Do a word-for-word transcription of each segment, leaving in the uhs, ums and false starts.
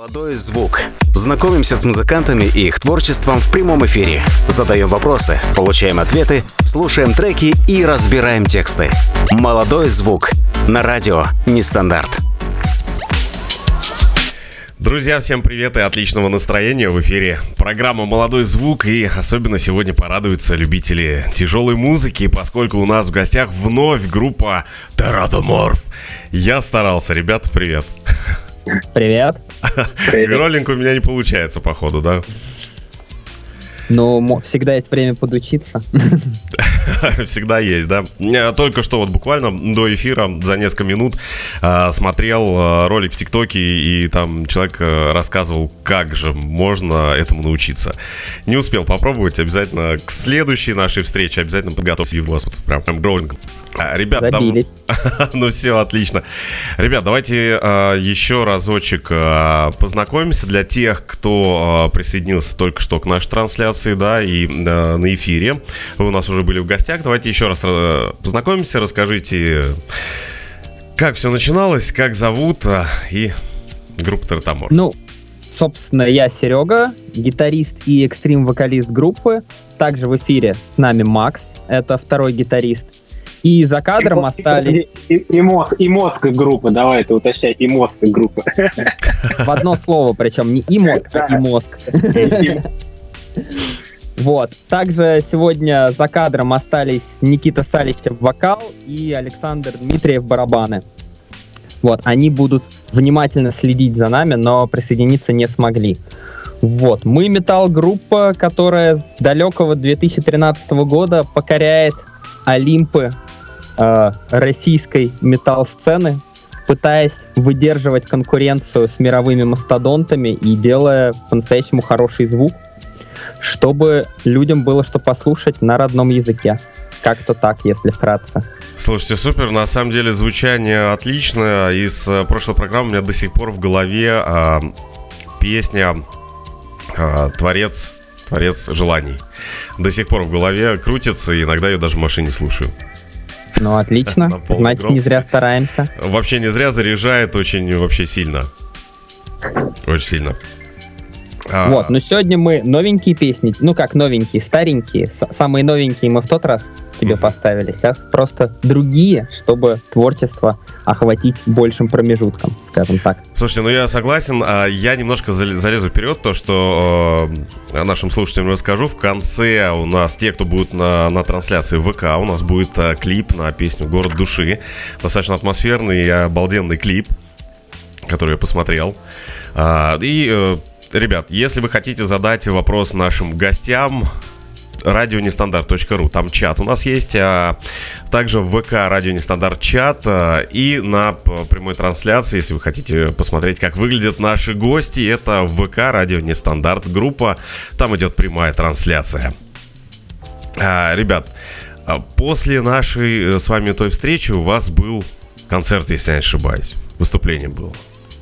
Молодой звук. Знакомимся с музыкантами и их творчеством в прямом эфире. Задаем вопросы, получаем ответы, слушаем треки и разбираем тексты. Молодой звук. На радио Нестандарт. Друзья, всем привет и отличного настроения. В эфире программа «Молодой звук». И особенно сегодня порадуются любители тяжелой музыки, поскольку у нас в гостях вновь группа Тератоморф. Я старался. Ребята, привет. Привет. Гроленько у меня не получается, походу, да? Ну, всегда есть время подучиться. Всегда есть, да. Я только что вот буквально до эфира за несколько минут э, смотрел э, ролик в ТикТоке, и там человек э, рассказывал, как же можно этому научиться. Не успел попробовать, обязательно к следующей нашей встрече обязательно подготовьте его прям, прям гроулингом. А, ребят, Забились. Там... ну все, отлично. Ребят, давайте э, еще разочек э, познакомимся для тех, кто э, присоединился только что к нашей трансляции, да, и э, на эфире. Вы у нас уже были в гостях. Давайте еще раз э, познакомимся, расскажите, как все начиналось, как зовут э, и группа Тератоморф. Ну, собственно, я Серега, гитарист и экстрим-вокалист группы. Также в эфире с нами Макс, это второй гитарист. И за кадром и, остались... И, и, и, мозг, и мозг группы, давай это уточнять, и мозг группы. В одно слово, причем не и мозг, а и мозг. Вот. Также сегодня за кадром остались Никита Саличев вокал и Александр Дмитриев барабаны. Вот. Они будут внимательно следить за нами, но присоединиться не смогли. Вот. Мы метал-группа, которая с далекого две тысячи тринадцатого года покоряет Олимпы э, российской метал-сцены, пытаясь выдерживать конкуренцию с мировыми мастодонтами и делая по-настоящему хороший звук, чтобы людям было что послушать на родном языке. Как-то так, если вкратце. Слушайте, супер, на самом деле звучание отличное. Из э, прошлой программы у меня до сих пор в голове э, песня э, «Творец, Творец желаний». До сих пор в голове крутится, и иногда ее даже в машине слушаю. Ну, отлично, значит, не зря стараемся. Вообще не зря, заряжает очень вообще сильно. Очень сильно. А... Вот, но сегодня мы новенькие песни, ну как новенькие, старенькие, самые новенькие мы в тот раз тебе mm-hmm. поставили, сейчас просто другие, чтобы творчество охватить большим промежутком, скажем так. Слушайте, ну я согласен, я немножко залезу вперед, то, что э, нашим слушателям расскажу. В конце у нас, те, кто будут на, на трансляции в ВК, у нас будет э, клип на песню «Город души», достаточно атмосферный и обалденный клип, который я посмотрел, а, и... Э, ребят, если вы хотите задать вопрос нашим гостям, радио нестандарт точка ру, там чат у нас есть, а также в ВК радио Нестандарт чат, и на прямой трансляции, если вы хотите посмотреть, как выглядят наши гости, это в ВК радио Нестандарт группа, там идет прямая трансляция. А, ребят, после нашей с вами той встречи у вас был концерт, если я не ошибаюсь, выступление было.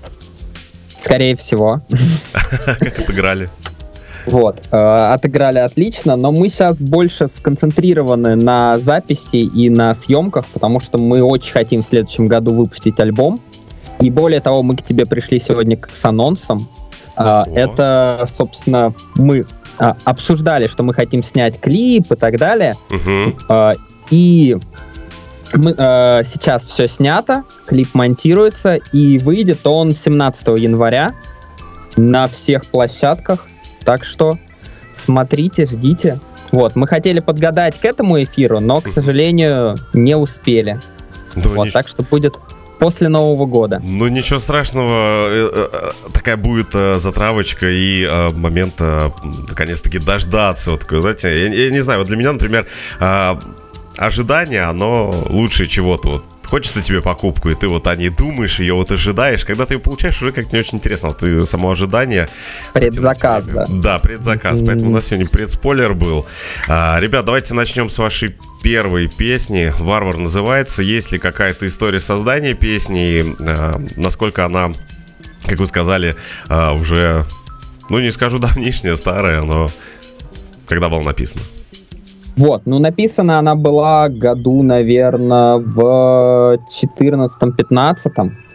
Скорее всего. Как отыграли? Вот, э, отыграли отлично, но мы сейчас больше сконцентрированы на записи и на съемках, потому что мы очень хотим в следующем году выпустить альбом. И более того, мы к тебе пришли сегодня с анонсом. Э, это, собственно, мы э, обсуждали, что мы хотим снять клип и так далее. Угу. Э, и... Мы, э, сейчас все снято, клип монтируется, и выйдет он семнадцатого января на всех площадках. Так что смотрите, ждите. Вот, мы хотели подгадать к этому эфиру, но, к сожалению, не успели. Да, вот, нич... так что будет после Нового года. Ну, ничего страшного, такая будет затравочка и момент, наконец-таки, дождаться. Вот, знаете, я, я не знаю, вот для меня, например... ожидание, оно лучше чего-то. Вот хочется тебе покупку, и ты вот о ней думаешь, ее вот ожидаешь. Когда ты ее получаешь, уже как-то не очень интересно. Вот ты само ожидание... Предзаказ, да. Да, предзаказ. Mm-hmm. Поэтому у нас сегодня предспойлер был. А, ребят, давайте начнем с вашей первой песни. «Варвар» называется. Есть ли какая-то история создания песни? А, насколько она, как вы сказали, а, уже, ну не скажу давнишняя, старая, но когда была написана? Вот, ну написана она была году, наверное, в четырнадцатом-пятнадцатом.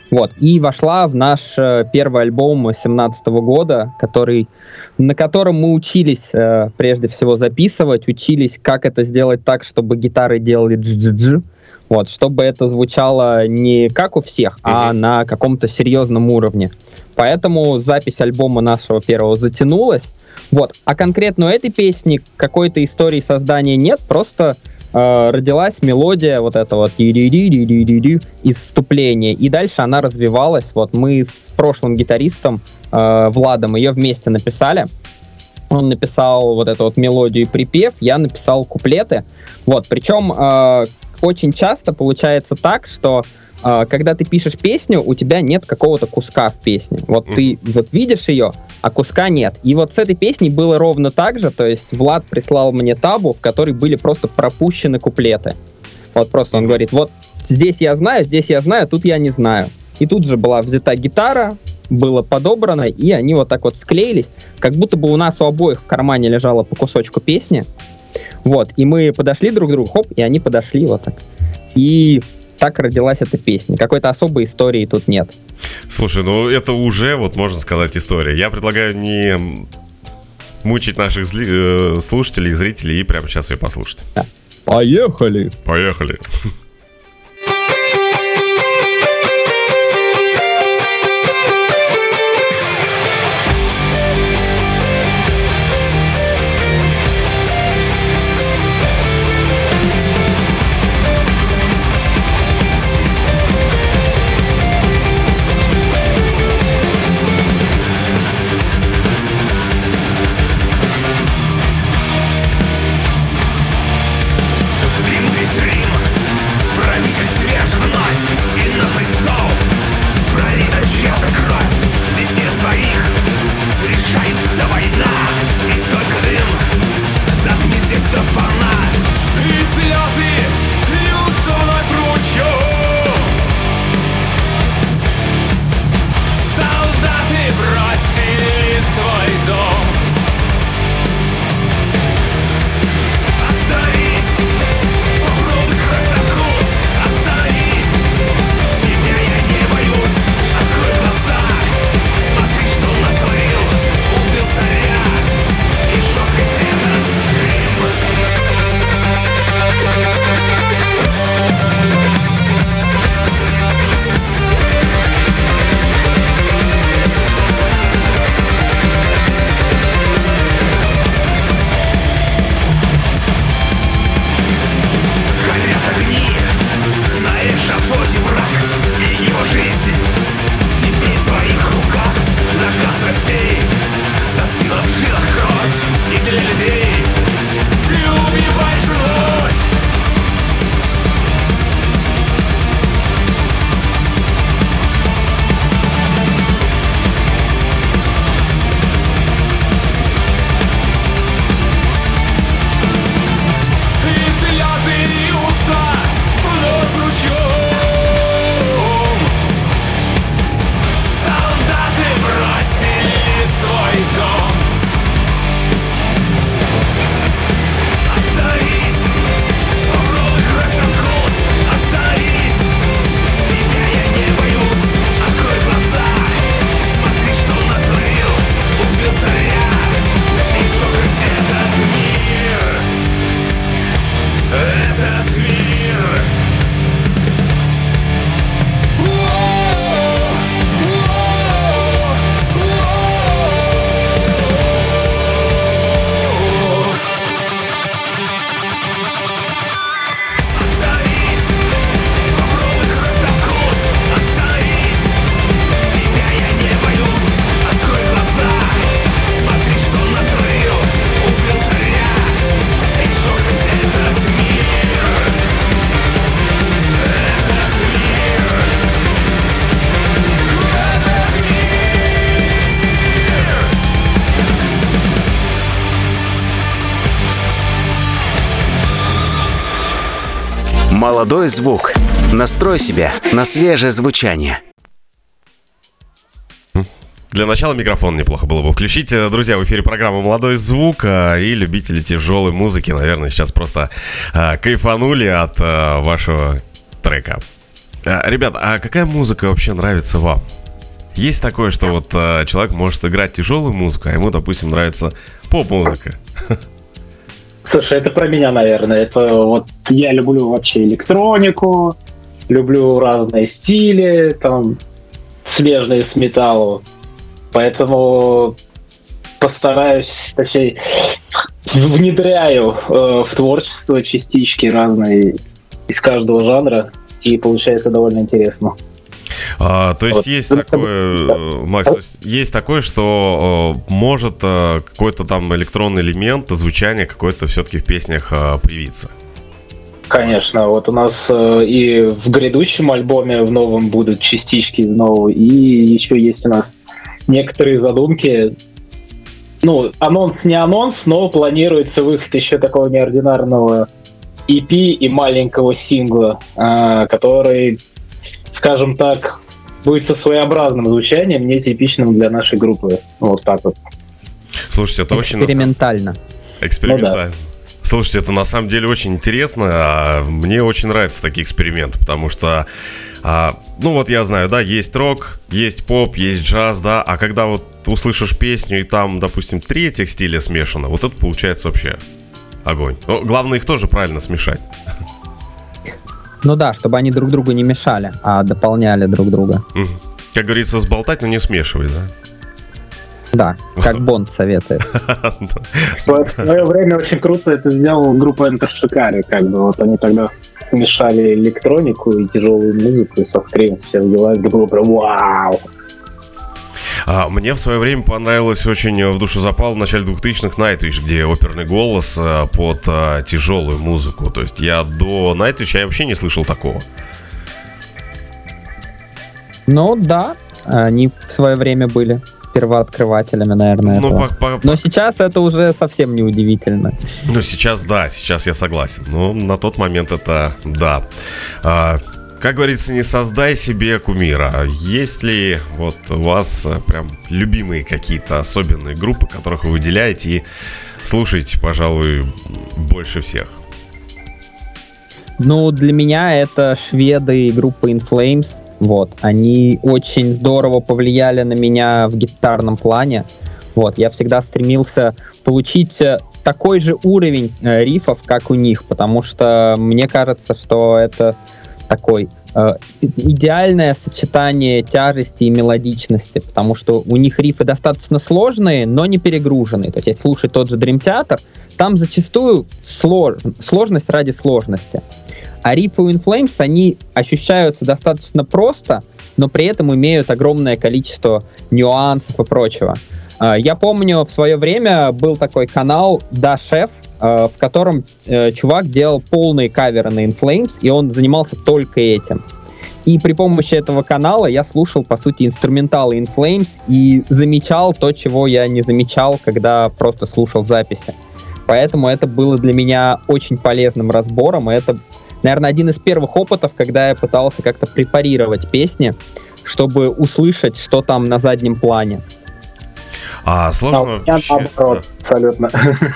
Вот, и вошла в наш э, первый альбом две тысячи семнадцатого года, который, на котором мы учились э, прежде всего записывать, учились, как это сделать так, чтобы гитары делали дж-дж-дж, вот, чтобы это звучало не как у всех, а mm-hmm. на каком-то серьезном уровне. Поэтому запись альбома нашего первого затянулась. Вот. А конкретно у этой песни какой-то истории создания нет, просто э, родилась мелодия вот эта вот из вступления, и дальше она развивалась. Вот мы с прошлым гитаристом э, Владом ее вместе написали. Он написал вот эту вот мелодию и припев, я написал куплеты. Вот. Причем э, очень часто получается так, что э, когда ты пишешь песню, у тебя нет какого-то куска в песне. Вот mm-hmm. ты вот видишь ее, а куска нет. И вот с этой песней было ровно так же, то есть Влад прислал мне табу, в которой были просто пропущены куплеты. Вот просто он говорит, вот здесь я знаю, здесь я знаю, тут я не знаю. И тут же была взята гитара, было подобрано, и они вот так вот склеились, как будто бы у нас у обоих в кармане лежало по кусочку песни. Вот, и мы подошли друг к другу, хоп, и они подошли вот так. И так родилась эта песня. Какой-то особой истории тут нет. Слушай, ну это уже, вот можно сказать, история. Я предлагаю не мучить наших зли... слушателей, зрителей и прямо сейчас ее послушать. Да. Поехали! Поехали! Молодой звук. Настрой себя на свежее звучание. Для начала микрофон неплохо было бы включить. Друзья, в эфире программа «Молодой звук», и любители тяжелой музыки, наверное, сейчас просто а, кайфанули от а, вашего трека. А, ребят, а какая музыка вообще нравится вам? Есть такое, что вот а, человек может играть тяжелую музыку, а ему, допустим, нравится поп-музыка. Слушай, это про меня, наверное. Это вот я люблю вообще электронику, люблю разные стили, там, смежные с металлу. Поэтому постараюсь, точнее, внедряю э, в творчество частички разные из каждого жанра, и получается довольно интересно. А, то есть вот. есть такое, да. Макс, то есть есть такое, что э, может э, какой-то там электронный элемент, звучание какое-то все-таки в песнях э, появиться. Конечно, вот у нас э, и в грядущем альбоме в новом будут частички из нового, и еще есть у нас некоторые задумки. Ну, анонс не анонс, но планируется выход еще такого неординарного и пи и маленького сингла, э, который, скажем так, будет со своеобразным звучанием, не типичным для нашей группы. Вот так вот. Слушайте, это очень... Экспериментально. Экспериментально. Ну, да. Слушайте, это на самом деле очень интересно. А мне очень нравятся такие эксперименты, потому что, а, ну вот я знаю, да, есть рок, есть поп, есть джаз, да, а когда вот услышишь песню и там, допустим, три этих стиля смешано, вот это получается вообще огонь. Но главное их тоже правильно смешать. Ну да, чтобы они друг другу не мешали, а дополняли друг друга. Как говорится, сболтать, но не смешивай, да? Да, как Бонд советует. В свое время очень круто это сделала группа Enter Shikari, как бы вот они тогда смешали электронику и тяжелую музыку, и со скримом все дела, это было прям вау! А, мне в свое время понравилось очень в душу запал в начале двухтысячных Nightwish, где оперный голос а, под а, тяжелую музыку. То есть я до Nightwish я вообще не слышал такого. Ну да, они в свое время были первооткрывателями, наверное, ну, этого. По, по, Но сейчас это уже совсем не удивительно. Ну, сейчас да, сейчас я согласен. Но на тот момент это да. А, как говорится, не создай себе кумира. Есть ли вот у вас прям любимые какие-то особенные группы, которых вы выделяете и слушаете, пожалуй, больше всех? Ну, для меня это шведы и группа In Flames. Вот, они очень здорово повлияли на меня в гитарном плане. Вот, я всегда стремился получить такой же уровень э, рифов, как у них, потому что мне кажется, что это такой э, идеальное сочетание тяжести и мелодичности, потому что у них рифы достаточно сложные, но не перегруженные. То есть, если слушать тот же Dream Theater, там зачастую слож... сложность ради сложности. А рифы у In Flames, они ощущаются достаточно просто, но при этом имеют огромное количество нюансов и прочего. Я помню, в свое время был такой канал Da Chef, в котором чувак делал полные каверы на In Flames, и он занимался только этим. И при помощи этого канала я слушал, по сути, инструменталы In Flames и замечал то, чего я не замечал, когда просто слушал записи. Поэтому это было для меня очень полезным разбором, и это, наверное, один из первых опытов, когда я пытался как-то препарировать песни, чтобы услышать, что там на заднем плане. А сложно? Я наоборот, абсолютно.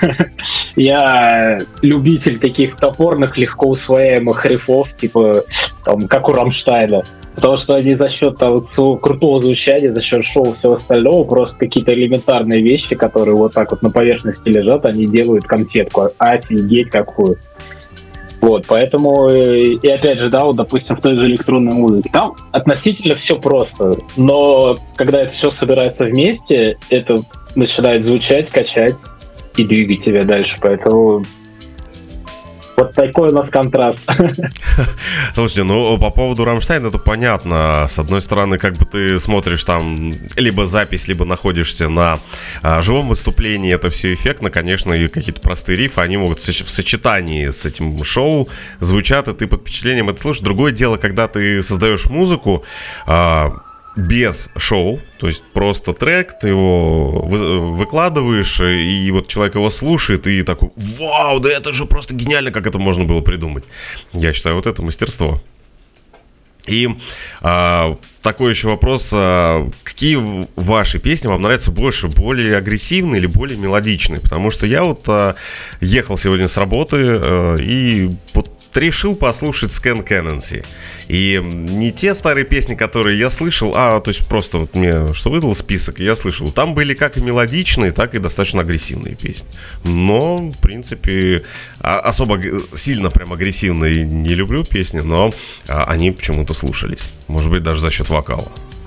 Я любитель таких топорных, легко усвояемых рифов, типа, там, как у Рамштайна. Потому что они за счет там, своего крутого звучания, за счет шоу и всего остального, просто какие-то элементарные вещи, которые вот так вот на поверхности лежат, они делают конфетку. Офигеть какую. Вот, поэтому, и опять же, да, вот, допустим, в той же электронной музыке, там относительно все просто, но когда это все собирается вместе, это начинает звучать, качать и двигать тебя дальше, поэтому вот такой у нас контраст. Слушайте, ну по поводу Рамштайна это понятно. С одной стороны, как бы ты смотришь там либо запись, либо находишься на а, живом выступлении, это все эффектно, конечно, и какие-то простые рифы, они могут в сочетании с этим шоу звучат, и ты под впечатлением это слушаешь. Другое дело, когда ты создаешь музыку а, без шоу, то есть просто трек, ты его вы, выкладываешь, и вот человек его слушает, и такой: вау, да это же просто гениально, как это можно было придумать. Я считаю, вот это мастерство. И а, такой еще вопрос: а, какие ваши песни вам нравятся больше, более агрессивные или более мелодичные? Потому что я вот а, ехал сегодня с работы, а, и вот решил послушать Scan Canancy. И не те старые песни, которые я слышал, а то есть просто вот мне что выдал список, и я слышал. Там были как и мелодичные, так и достаточно агрессивные песни. Но, в принципе, особо сильно прям агрессивные не люблю песни, но они почему-то слушались. Может быть, даже за счет вокала.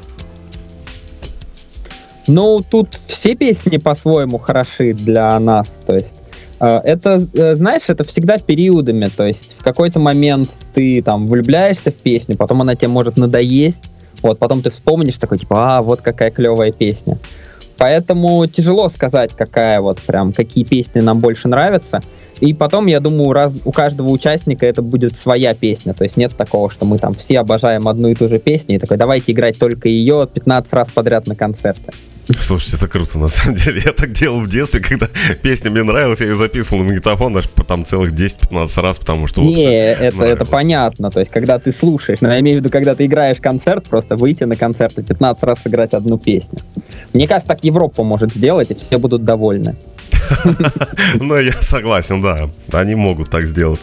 Ну, тут все песни по-своему хороши для нас, то есть это, знаешь, это всегда периодами, то есть в какой-то момент ты там влюбляешься в песню, потом она тебе может надоесть, вот, потом ты вспомнишь такой, типа, а, вот какая клевая песня. Поэтому тяжело сказать, какая вот прям, какие песни нам больше нравятся. И потом, я думаю, раз, у каждого участника это будет своя песня. То есть нет такого, что мы там все обожаем одну и ту же песню, и такой, давайте играть только ее пятнадцать раз подряд на концерте. Слушайте, это круто, на самом деле. Я так делал в детстве, когда песня мне нравилась, я ее записывал на магнитофон аж там целых десять-пятнадцать раз, потому что... Не, вот это, это понятно. То есть, когда ты слушаешь, но я имею в виду, когда ты играешь концерт, просто выйти на концерт и пятнадцать раз сыграть одну песню. Мне кажется, так Европа может сделать, и все будут довольны. Ну, я согласен, да. Они могут так сделать.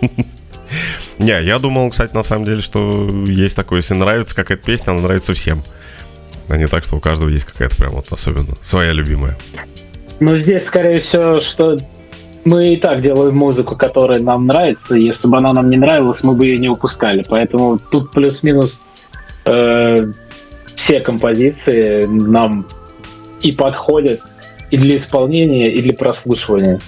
Не, я думал, кстати, на самом деле, что есть такое, если нравится какая-то песня, она нравится всем. А не так, что у каждого есть какая-то прям вот особенно своя любимая. Ну, здесь, скорее всего, что мы и так делаем музыку, которая нам нравится. Если бы она нам не нравилась, мы бы ее не выпускали. Поэтому тут плюс-минус э, все композиции нам и подходят и для исполнения, и для прослушивания.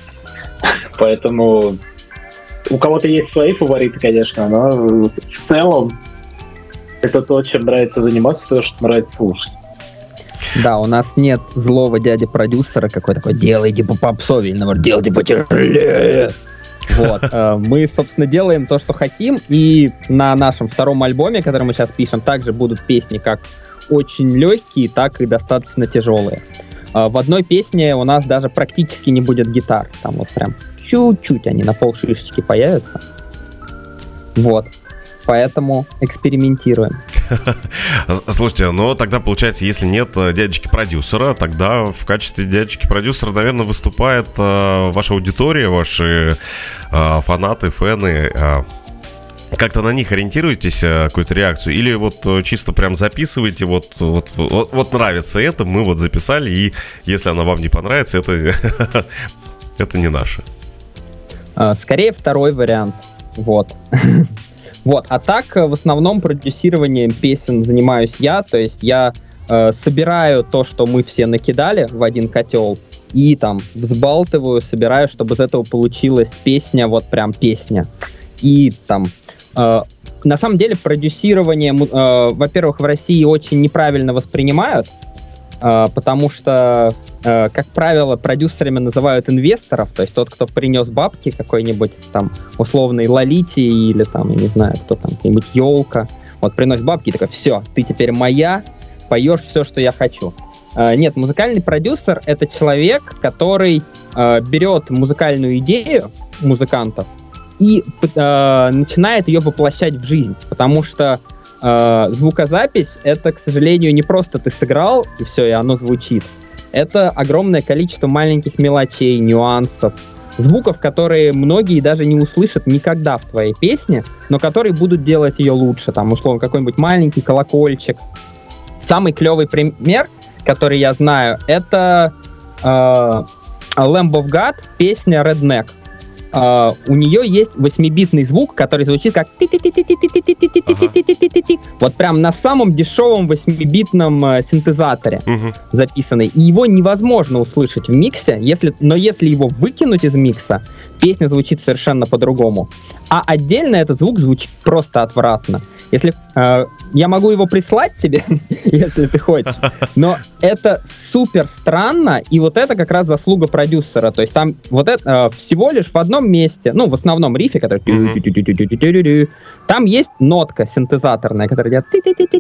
Поэтому у кого-то есть свои фавориты, конечно, но в целом это то, чем нравится заниматься, то, что нравится слушать. Да, у нас нет злого дяди-продюсера, какой такой, делайте по-попсовее, или наоборот, делайте потяжелее. Вот. Мы, собственно, делаем то, что хотим, и на нашем втором альбоме, который мы сейчас пишем, также будут песни как очень легкие, так и достаточно тяжелые. В одной песне у нас даже практически не будет гитар. Там вот прям чуть-чуть они на полшишечки появятся. Вот. Поэтому экспериментируем. Слушайте, ну тогда получается, если нет дядечки-продюсера, тогда в качестве дядечки-продюсера, наверное, выступает э, ваша аудитория, ваши э, фанаты, фэны. Э, как-то на них ориентируетесь, э, какую-то реакцию? Или вот э, чисто прям записываете, вот, вот, вот, вот нравится это, мы вот записали, и если она вам не понравится, это, это не наше. Скорее второй вариант. Вот. Вот, а так, в основном, продюсированием песен занимаюсь я, то есть я э, собираю то, что мы все накидали в один котел, и там взбалтываю, собираю, чтобы из этого получилась песня, вот прям песня. И там, э, на самом деле, продюсирование, э, во-первых, в России очень неправильно воспринимают, э, потому что, э, как правило, продюсерами называют инвесторов, то есть тот, кто принес бабки какой-нибудь там условной Лолите или там, я не знаю, кто там, какой-нибудь Ёлка, вот приносит бабки и такой, все, ты теперь моя, поешь все, что я хочу. Э, нет, музыкальный продюсер — это человек, который э, берет музыкальную идею музыкантов и э, начинает ее воплощать в жизнь, потому что э, звукозапись — это, к сожалению, не просто ты сыграл, и все, и оно звучит. Это огромное количество маленьких мелочей, нюансов, звуков, которые многие даже не услышат никогда в твоей песне, но которые будут делать ее лучше. Там, условно, какой-нибудь маленький колокольчик. Самый клевый пример, который я знаю, это э, Lamb of God, песня Redneck. Uh, у нее есть восьмибитный звук, который звучит как ти-ти-ти-ти-ти-ти-ти-ти-ти-ти-ти-ти-ти-ти. Вот прям на самом дешевом восьмибитном uh, синтезаторе uh-huh. записанный. И его невозможно услышать в миксе, если, но если его выкинуть из микса, песня звучит совершенно по-другому. А отдельно этот звук звучит просто отвратно. Если uh, я могу его прислать тебе, если ты хочешь, но это супер странно, и вот это как раз заслуга продюсера. То есть там вот это uh, всего лишь в одном месте, ну, в основном рифе, который mm-hmm. там есть нотка синтезаторная, которая делает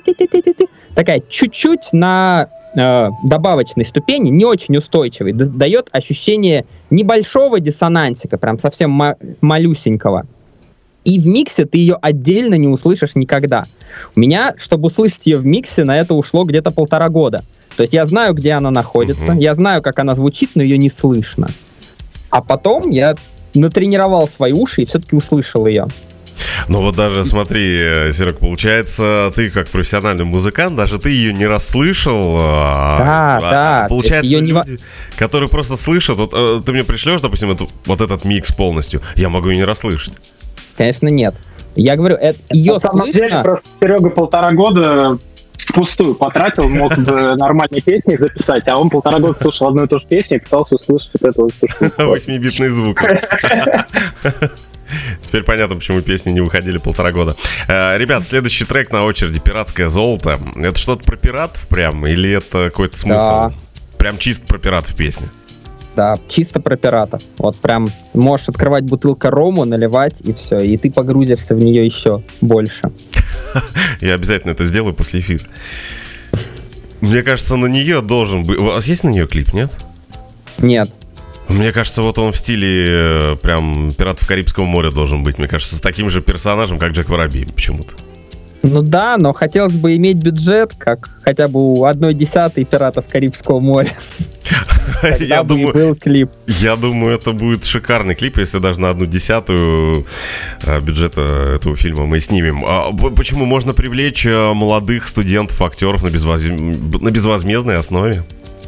такая чуть-чуть на э, добавочной ступени, не очень устойчивой, д- дает ощущение небольшого диссонансика, прям совсем ма- малюсенького. И в миксе ты ее отдельно не услышишь никогда. У меня, чтобы услышать ее в миксе, на это ушло где-то полтора года. То есть я знаю, где она находится, mm-hmm. я знаю, как она звучит, но ее не слышно. А потом я натренировал свои уши и все-таки услышал ее. Ну вот даже смотри, Серег, получается, ты как профессиональный музыкант, даже ты ее не расслышал. Да, а, да. А, получается, ее не... люди, которые просто слышат, вот э, ты мне пришлешь, допустим, эту, вот этот микс полностью, я могу ее не расслышать. Конечно, нет. Я говорю, это ее На самом слышно... деле, просто Серега полтора года впустую потратил, мог бы нормальные песни записать, а он полтора года слушал одну и ту же песню и пытался услышать вот эту вот штуку. Восьмибитный звук. Теперь понятно, почему песни не выходили полтора года. э, Ребят, следующий трек на очереди «Пиратское золото». Это что-то про пиратов прям? Или это какой-то смысл? Да. Прям чисто про пиратов песня? Да, чисто про пиратов. Вот прям можешь открывать бутылку рому, наливать, и все. И ты погрузишься в нее еще больше. Я обязательно это сделаю после эфира. Мне кажется, на нее должен быть... У вас есть на нее клип, нет? Нет. Мне кажется, вот он в стиле э, прям «Пиратов Карибского моря» должен быть. Мне кажется, с таким же персонажем, как Джек Воробей почему-то. Ну да, но хотелось бы иметь бюджет, как хотя бы у одной десятой «Пиратов Карибского моря». Тогда Я бы и думаю, был клип. я думаю, это будет шикарный клип, если даже на одну десятую э, бюджета этого фильма мы снимем. А п- почему можно привлечь э, молодых студентов, актеров на, безвоз- на безвозмездной основе?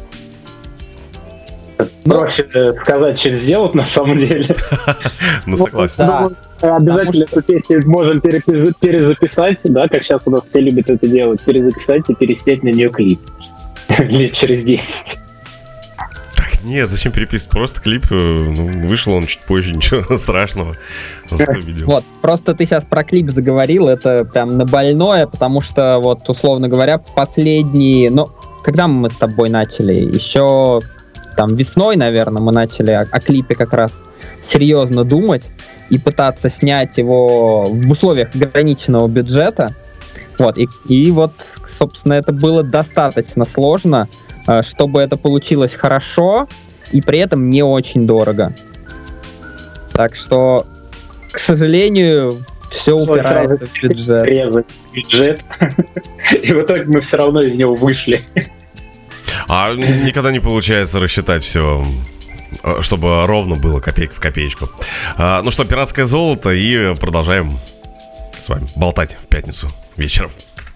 Проще сказать, чем сделать, на самом деле. Ну, согласен. Да. Думаю, обязательно эту песню можем перепи- перезаписать, да, как сейчас у нас все любят это делать, перезаписать и переснять на нее клип. Лет через десять. Так, нет, зачем переписывать? Просто клип, э, ну, вышел он чуть позже, ничего страшного. Зато видео. Вот, просто ты сейчас про клип заговорил, это прям на больное, потому что, вот, условно говоря, последние... Ну, когда мы с тобой начали? Еще там весной, наверное, мы начали о, о клипе как раз серьезно думать и пытаться снять его в условиях ограниченного бюджета. Вот, и, и вот, собственно, это было достаточно сложно, чтобы это получилось хорошо и при этом не очень дорого. Так что, к сожалению, все упирается в бюджет. Резать бюджет. И в итоге мы все равно из него вышли. А никогда не получается рассчитать все, чтобы ровно было копейка в копеечку. А, ну что, «Пиратское золото», и продолжаем с вами болтать в пятницу вечером.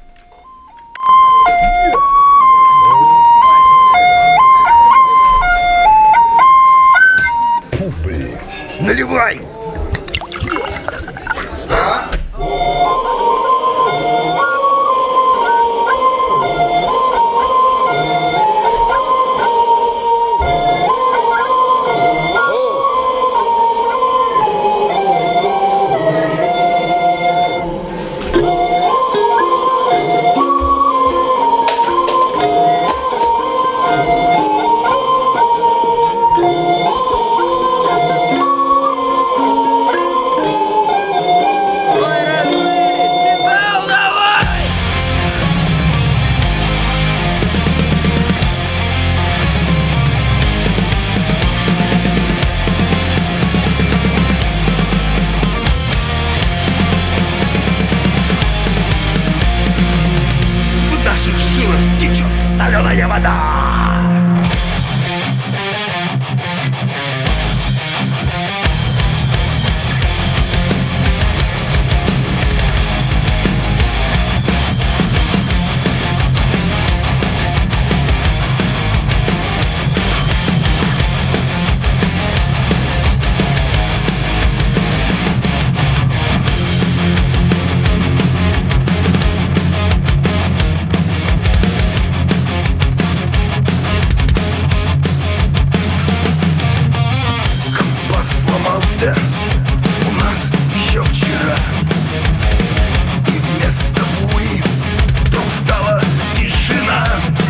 Наливай! Соленая вода! У нас еще вчера, и вместо бури вдруг стала тишина,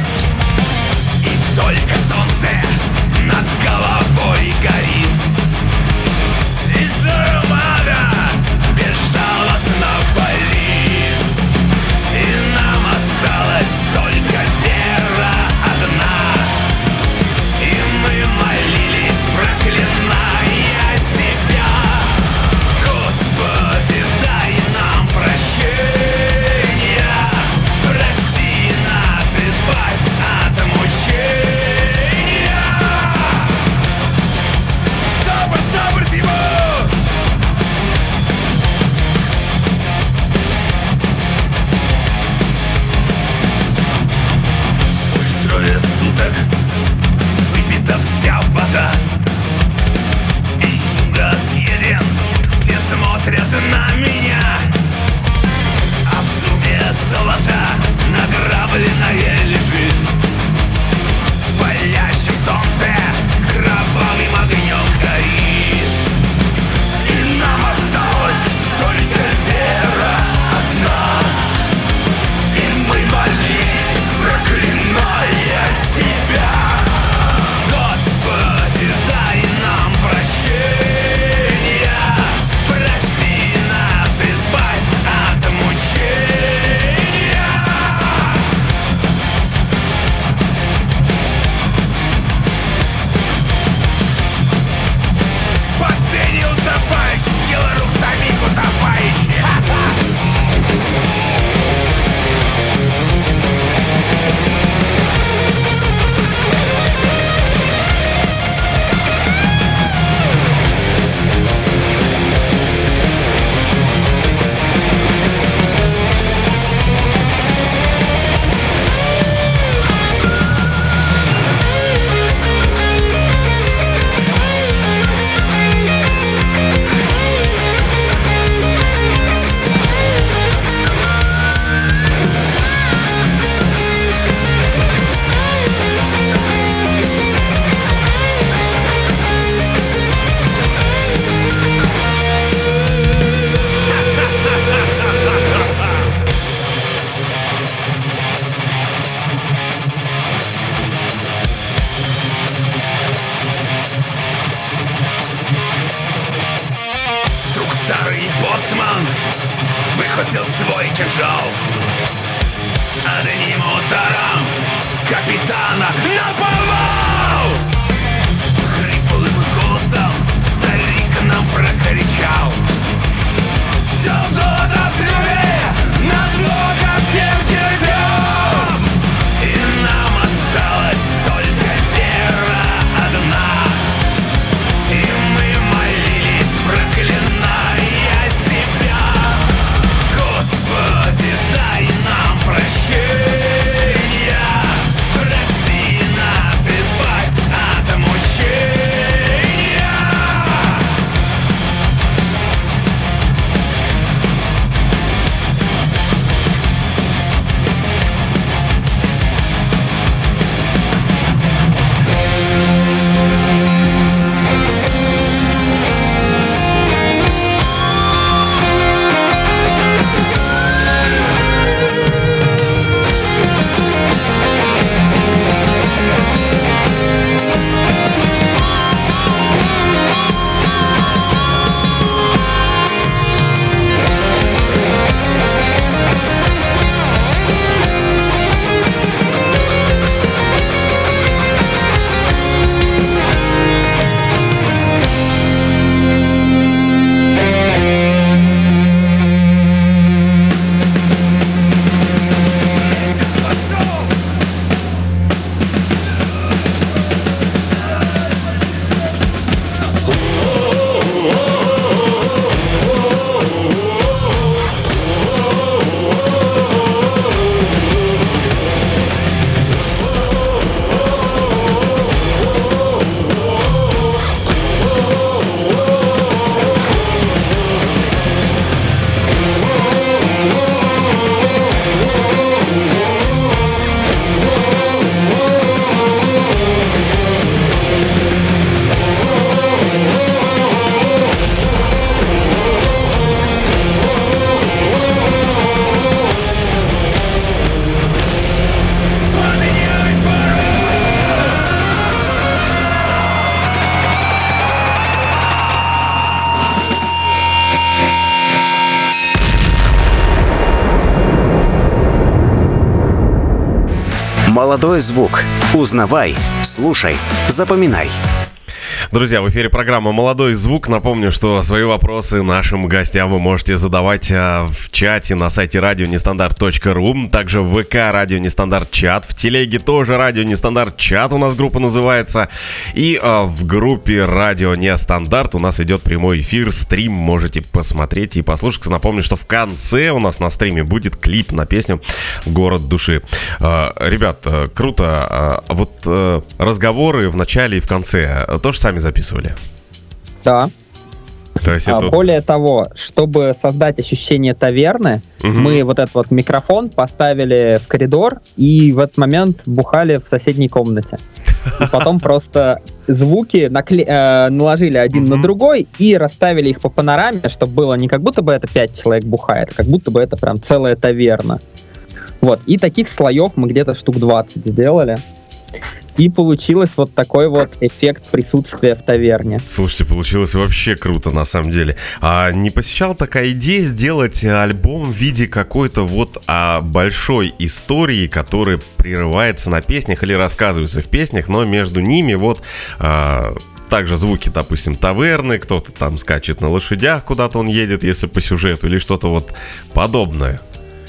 и только солнце над головой горит, и зармада безжалостно болит, и нам осталась только вера одна, и мы молились, проклиная себя. Господи, дай нам прощения, прости нас, избавь от мучения. выхватил свой кинжал. Одним ударом капитана наповал. Хриплым голосом старик нам прокричал: все золото в трюме над боком всем сердцем. И нам осталось только вера одна. И мы молились, проклиная себя: Господи, дай нам прощения, прости нас, избавь от мучения. Молодой звук. Узнавай, слушай, запоминай. Друзья, в эфире программа «Молодой звук». Напомню, что свои вопросы нашим гостям вы можете задавать а, в чате на сайте радио нестандарт точка ру, также в ВК «Радио Нестандарт чат», в телеге тоже «Радио Нестандарт чат» у нас группа называется, и а, в группе «Радио Нестандарт» у нас идет прямой эфир, стрим, можете посмотреть и послушать. Напомню, что в конце у нас на стриме будет клип на песню «Город души». А, ребят, а, круто. А, вот а, разговоры в начале и в конце тоже сами записывали? Да. То есть а, это... Более того, чтобы создать ощущение таверны, угу. мы вот этот вот микрофон поставили в коридор и в этот момент бухали в соседней комнате. И потом просто звуки накле... э, наложили один угу. на другой и расставили их по панораме, чтобы было не как будто бы это пять человек бухает, а как будто бы это прям целая таверна. Вот. И таких слоев мы где-то штук двадцать сделали. И получилось вот такой вот эффект присутствия в таверне. Слушайте, получилось вообще круто, на самом деле. А не посещала такая идея сделать альбом в виде какой-то вот а, большой истории, которая прерывается на песнях или рассказывается в песнях, но между ними вот... А, также звуки, допустим, таверны, кто-то там скачет на лошадях, куда-то он едет, если по сюжету, или что-то вот подобное.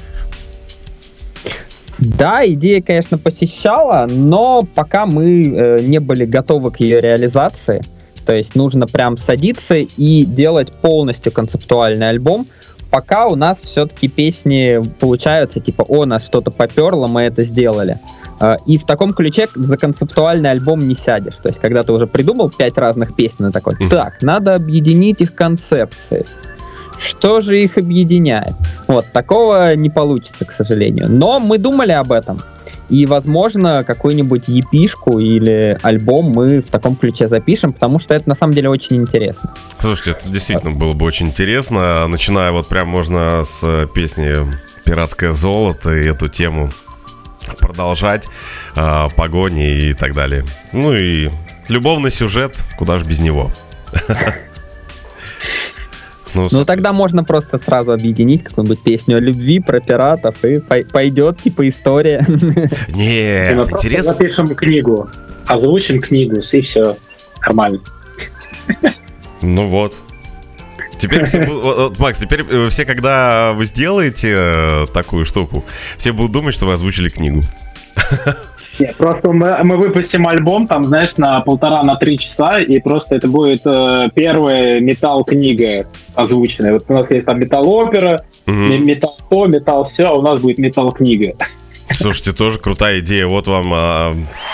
Да, идея, конечно, посещала, но пока мы э, не были готовы к ее реализации. То есть нужно прям садиться и делать полностью концептуальный альбом. Пока у нас все-таки песни получаются типа «О, нас что-то поперло, мы это сделали». Э, и в таком ключе за концептуальный альбом не сядешь. То есть когда ты уже придумал пять разных песен, и такой «Так, надо объединить их концепции». Что же их объединяет? Вот, такого не получится, к сожалению. Но мы думали об этом. И, возможно, какую-нибудь епишку или альбом мы в таком ключе запишем, потому что это, на самом деле, очень интересно. Слушайте, это действительно было бы очень интересно. Начиная вот прям можно с песни «Пиратское золото» и эту тему продолжать, погони и так далее. Ну и любовный сюжет, куда же без него. Ну, Ну, тогда можно просто сразу объединить какую-нибудь песню о любви про пиратов, и пой- пойдет, типа, история. Нет, Мы просто интересно. запишем книгу, озвучим книгу, и все. Нормально. Ну вот. Теперь все будут... вот, вот, Макс, теперь э, все, когда вы сделаете э, такую штуку, все будут думать, что вы озвучили книгу. Нет, просто мы, мы выпустим альбом, там, знаешь, на полтора, на три часа, и просто это будет э, первая металл-книга озвученная. Вот у нас есть там металл-опера, Мгм. м- металл то, металл все, а у нас будет металл-книга. Слушайте, тоже крутая идея. Вот вам... а,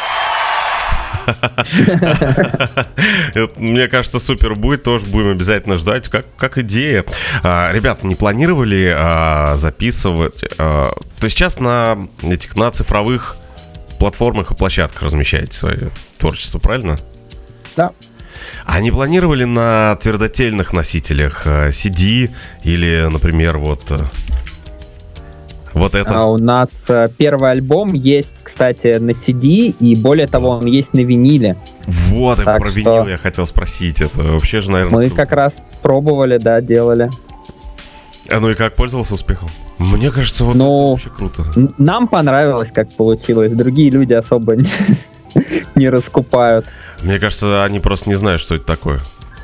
это, мне кажется, супер будет. Тоже будем обязательно ждать. Как, как идея. А, ребята, не планировали а, записывать... а, то есть сейчас на этих на цифровых платформах и площадках размещаете свое творчество, правильно? Да. А не планировали на твердотельных носителях а, си ди или, например, вот... а, вот это? А у нас э, первый альбом есть, кстати, на си ди, и более того, он есть на виниле. Вот, это Так про что- винил я хотел спросить. Это вообще же, наверное... Мы как раз пробовали, да, делали. А ну и как, пользовался успехом? Мне кажется, вот Ну, это вообще круто. Н- Нам понравилось, как получилось. Другие люди особо не, не раскупают. Мне кажется, они просто не знают, что это такое.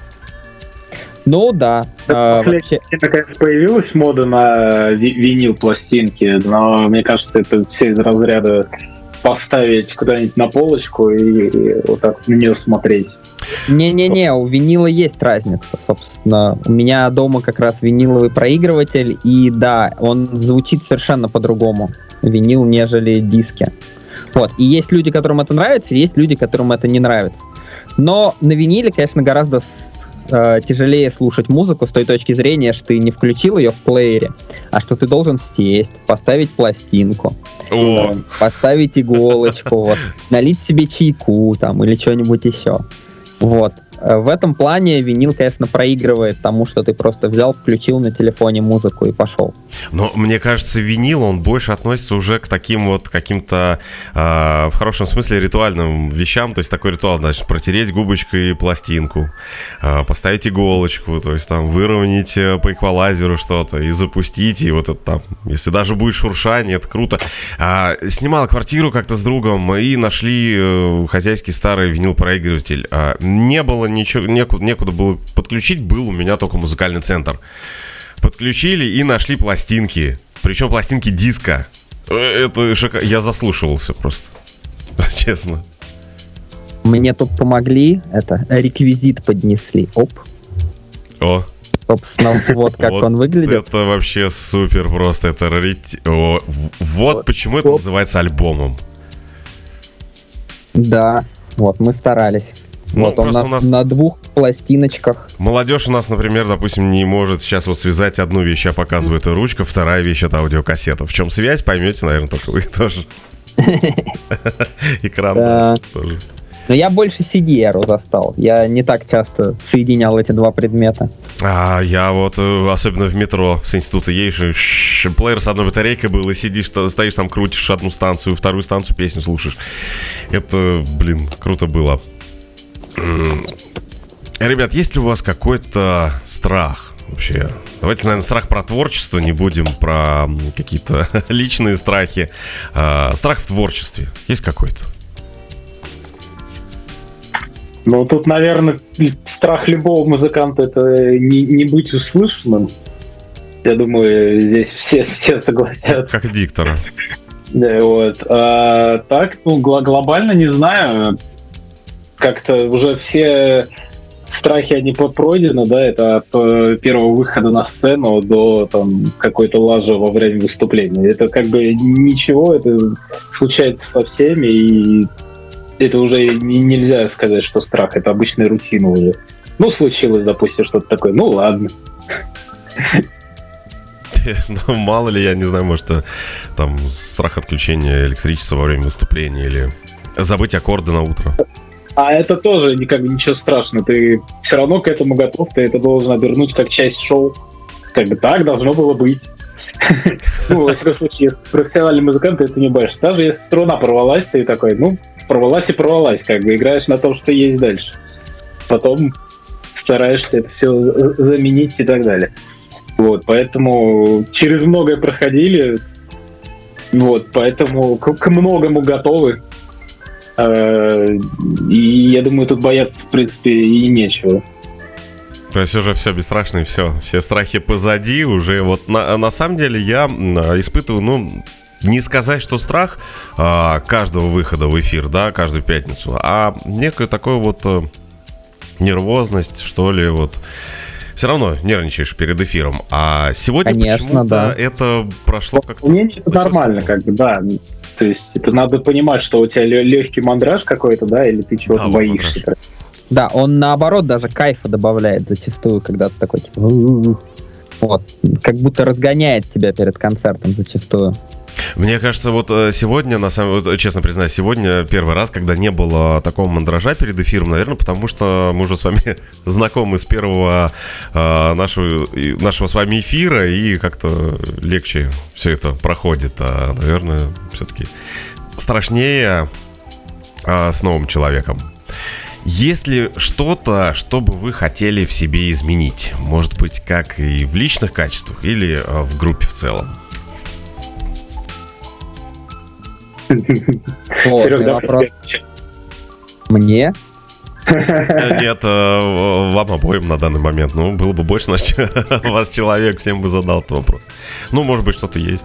Ну да. а, вообще, Наконец появилась мода на ви- винил пластинки, но мне кажется, это все из разряда поставить куда-нибудь на полочку и, и вот так на нее смотреть. не-не-не, у винила есть разница, собственно. У меня дома как раз виниловый проигрыватель, и да, он звучит совершенно по-другому, винил, нежели диски. Вот. И есть люди, которым это нравится, и есть люди, которым это не нравится. Но на виниле, конечно, гораздо с- э, тяжелее слушать музыку с той точки зрения, что ты не включил ее в плеере, а что ты должен сесть, поставить пластинку, О, поставить иголочку, вот, налить себе чайку там или что-нибудь еще. Вот. Э, В этом плане винил, конечно, проигрывает тому, что ты просто взял, включил на телефоне музыку и пошел. но мне кажется, винил, он больше относится уже к таким вот каким-то, а, в хорошем смысле, ритуальным вещам. То есть такой ритуал, значит, протереть губочкой пластинку, а, поставить иголочку, то есть там выровнять э, по эквалайзеру что-то и запустить, и вот это там, если даже будет шуршание, это круто. А, снимал квартиру как-то с другом и нашли э, хозяйский старый винил-проигрыватель. А, не было ничего, некуда, некуда было подключить, был у меня только музыкальный центр. Подключили и нашли пластинки. Причем пластинки диска. Э, Это шика... Я заслушивался просто. Честно. Мне тут помогли, это, реквизит поднесли. Оп. О, Собственно, вот как вот он выглядит. это вообще супер просто. Это рарити... О, в- вот Вот. почему это Оп. называется альбомом. Да, вот мы старались. Ну, Вот он просто на, у нас- на двух пластиночках. Молодежь у нас, например, допустим, не может сейчас вот связать одну вещь, я показываю, это ручка, вторая вещь — это аудиокассета. В чем связь, поймете, наверное, только вы тоже. Экран Да. тоже. Но я больше си ди-эру застал. Я не так часто соединял эти два предмета. А я вот, э, особенно в метро с института едешь, и ш- плеер с одной батарейкой был, и сидишь, ста- стоишь там, крутишь одну станцию, вторую станцию, песню слушаешь. Это, блин, круто было. М. Ребят, есть ли у вас какой-то страх вообще? Давайте, наверное, страх про творчество, не будем про м, какие-то личные страхи. А, страх в творчестве есть какой-то? Ну, тут, наверное, страх любого музыканта — это не, не быть услышанным. Я думаю, здесь все, все согласятся. Как диктора. Да, вот. А, так, ну, гла- глобально не знаю. Как-то уже все страхи, они по- пройдены, да, это от э, первого выхода на сцену до там какой-то лажи во время выступления. Это как бы ничего, это случается со всеми, и это уже не- нельзя сказать, что страх, это обычная рутина уже. Ну, случилось, допустим, что-то такое, ну ладно. Ну, мало ли, я не знаю, может, э, там страх отключения электричества во время выступления или забыть аккорды на утро. А это тоже не как бы ничего страшного. Ты все равно к этому готов, ты это должен обернуть как часть шоу. Как бы так должно было быть. Ну, во всяком случае, профессиональный музыкант, ты это не боишься. Даже если струна порвалась, ты такой, ну, порвалась и порвалась, как бы играешь на том, что есть дальше. Потом стараешься это все заменить и так далее. Вот, поэтому через многое проходили, вот, поэтому к, к многому готовы. И я думаю, тут бояться, в принципе, и нечего. То есть уже все бесстрашно, и все, все страхи позади уже. Вот на, на самом деле я испытываю, ну, не сказать, что страх а, каждого выхода в эфир, да, каждую пятницу, а некая такая вот а, нервозность, что ли, вот. Все равно нервничаешь перед эфиром. А сегодня Конечно, почему-то да. это прошло как-то... Мне это нормально, как бы, да. То есть это надо понимать, что у тебя легкий мандраж какой-то, да, или ты чего-то Да, вот боишься. мандраж. Да, он наоборот даже кайфа добавляет зачастую, когда ты такой, типа, «У-у-у». Вот, как будто разгоняет тебя перед концертом зачастую. Мне кажется, вот э, сегодня, на самом вот, честно признаюсь, сегодня первый раз, когда не было такого мандража перед эфиром, наверное, потому что мы уже с вами знакомы с первого э, нашего, и- нашего с вами эфира, и как-то легче все это проходит. А, наверное, все-таки страшнее э, с новым человеком. Есть ли что-то, что бы вы хотели в себе изменить? Может быть, как и в личных качествах, или э, в группе в целом? Вот, Серёг, и давай вопрос следующий. мне. Э, Нет, э, вам обоим на данный момент. Ну, было бы больше, значит, вас человек, всем бы задал этот вопрос. Ну, может быть, что-то есть.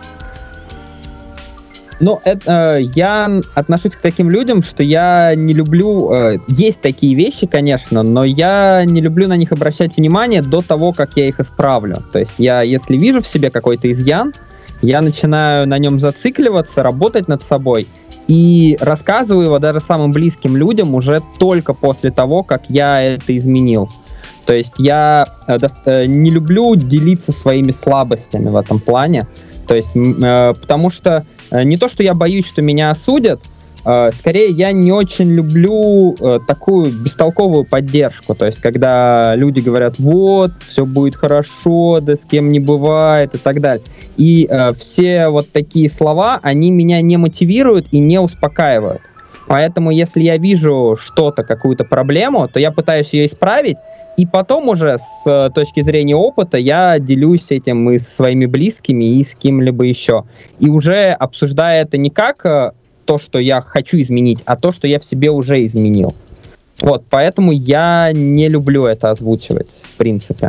Ну, это, э, я отношусь к таким людям, что я не люблю... э, есть такие вещи, конечно, но я не люблю на них обращать внимание до того, как я их исправлю. То есть я, если вижу в себе какой-то изъян, я начинаю на нем зацикливаться, работать над собой и рассказываю его даже самым близким людям уже только после того, как я это изменил. То есть я э, дос- э, не люблю делиться своими слабостями в этом плане. То есть, м, э, потому что э, не то, что я боюсь, что меня осудят, э, скорее я не очень люблю э, такую бестолковую поддержку. То есть, когда люди говорят, вот, все будет хорошо, да с кем не бывает и так далее. И э, все вот такие слова, они меня не мотивируют и не успокаивают. Поэтому, если я вижу что-то, какую-то проблему, то я пытаюсь ее исправить, и потом уже с э, точки зрения опыта я делюсь этим и со своими близкими, и с кем-либо еще. И уже обсуждая это не как э, то, что я хочу изменить, а то, что я в себе уже изменил. Вот, поэтому я не люблю это озвучивать, в принципе.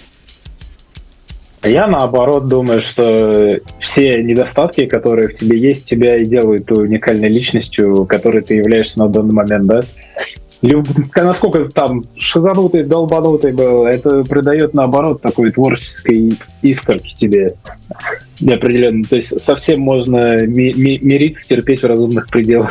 Я, наоборот, думаю, что все недостатки, которые в тебе есть, тебя и делают той уникальной личностью, которой ты являешься на данный момент, да? Люб... Насколько там шизанутый, долбанутый был, это придает, наоборот, такой творческой искорки тебе неопределенно. То есть совсем можно ми- ми- мириться, терпеть в разумных пределах.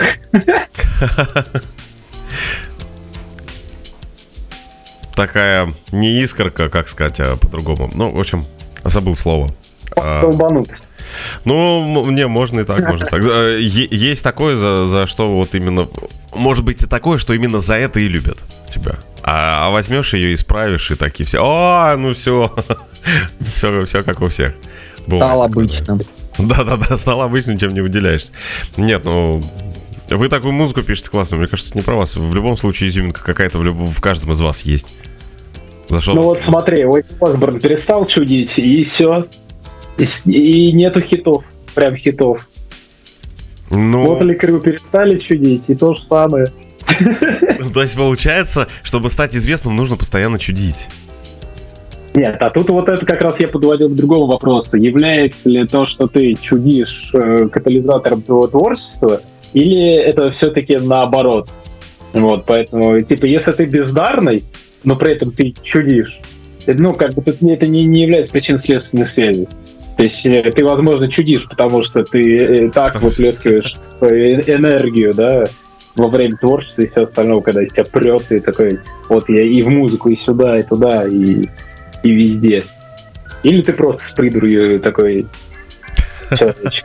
Такая не искорка, как сказать, а по-другому. Ну, в общем, забыл слово. А, Долбанутый. ну, м- мне можно и так, можно и так. За- е- Есть такое, за, за что вот именно... Может быть и такое, что именно за это и любят тебя. А, а возьмешь ее, исправишь, и такие все... А, ну все. все, все как у всех. Бывает Стал такое, да. обычным. Да-да-да, стал обычным, чем не выделяешься. Нет, ну... Вы такую музыку пишете классную, мне кажется, не про вас. В любом случае изюминка какая-то в, люб- в каждом из вас есть. За что Ну вас- вот смотри, Оззи Осборн перестал чудить, и все. И, с- и нету хитов, прям хитов. Ну, Мотли Крю перестали чудить, и то же самое. то есть получается, чтобы стать известным, нужно постоянно чудить. Нет, а тут вот это как раз я подводил к другому вопросу. Является ли то, что ты чудишь, э, катализатором твоего творчества, или это все-таки наоборот? Вот, поэтому, типа, если ты бездарный, но при этом ты чудишь, э, ну, как бы это, это не, не является причинно-следственной связью. То есть э, ты, возможно, чудишь, потому что ты э, так Потому что- выплескиваешь свою энергию, да, во время творчества и все остальное, когда из тебя прет, и такой, вот я и в музыку, и сюда, и туда, и, и везде. Или ты просто с придурью такой человечек.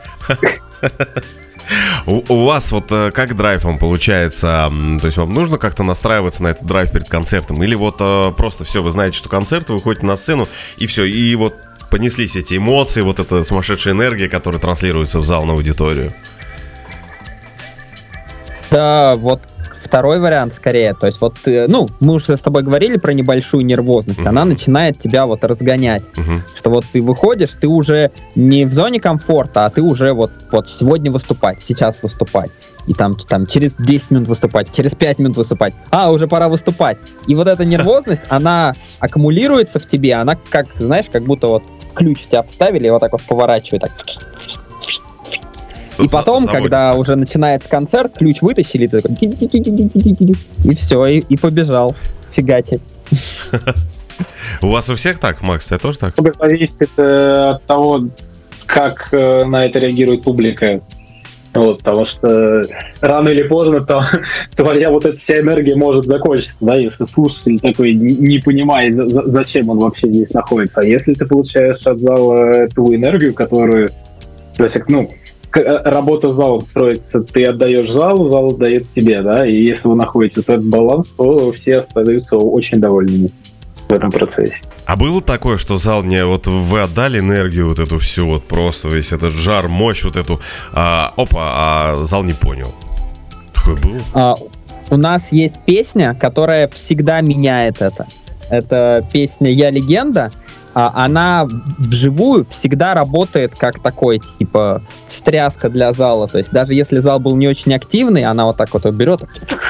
У, у вас вот э, как драйв вам получается? м, То есть вам нужно как-то настраиваться на этот драйв перед концертом? Или вот э, просто все, вы знаете, что концерт, вы выходите на сцену, и все, и вот понеслись эти эмоции, вот эта сумасшедшая энергия, которая транслируется в зал на аудиторию? Да, вот, второй вариант скорее. То есть вот, э, ну, мы уже с тобой говорили про небольшую нервозность. Мгм. Она начинает тебя вот разгонять. Мгм. Что вот ты выходишь, ты уже не в зоне комфорта, а ты уже вот, вот сегодня выступать, сейчас выступать. И там, там через десять минут выступать, через пять минут выступать. А, уже пора выступать. И вот эта нервозность, она аккумулируется в тебе, она как, знаешь, как будто вот ключ в тебя вставили и вот так вот поворачивает. Так. И За- потом, заводит, когда да. уже начинается концерт, ключ вытащили, ты такой ки-ки-ки-ки-ки-ки-ки-ки. И все, и, и побежал фигачить. У вас у всех так, Макс, у тебя тоже так? Много зависит э, от того, как э, на это реагирует публика. Вот, потому что рано или поздно там, твоя вот эта вся энергия может закончиться, да, если слушатель такой не не понимает, за- за- зачем он вообще здесь находится. А если ты получаешь от зала ту энергию, которую, то есть, ну, к- э, работа с залом строится, ты отдаешь залу, зал отдает тебе, да, и если вы находите вот этот баланс, то все остаются очень довольными в этом процессе. А было такое, что зал не... Вот вы отдали энергию вот эту всю, вот просто весь этот жар, мощь вот эту, а, опа, а зал не понял. Такое было? А, у нас есть песня, которая всегда меняет это. Это песня «Я легенда». А, она вживую всегда работает как такой, типа, встряска для зала. То есть даже если зал был не очень активный, она вот так вот его берет,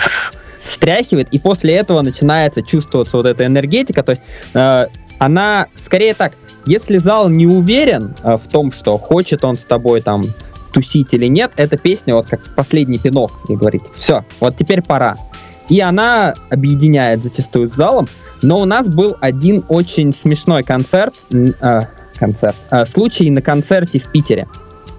встряхивает, и после этого начинается чувствоваться вот эта энергетика. То есть э, она скорее так, если зал не уверен э, в том, что хочет он с тобой там тусить или нет, эта песня вот как последний пинок и говорит, все, вот теперь пора. И она объединяет зачастую с залом. Но у нас был один очень смешной концерт, м, э, концерт, э, случай на концерте в Питере.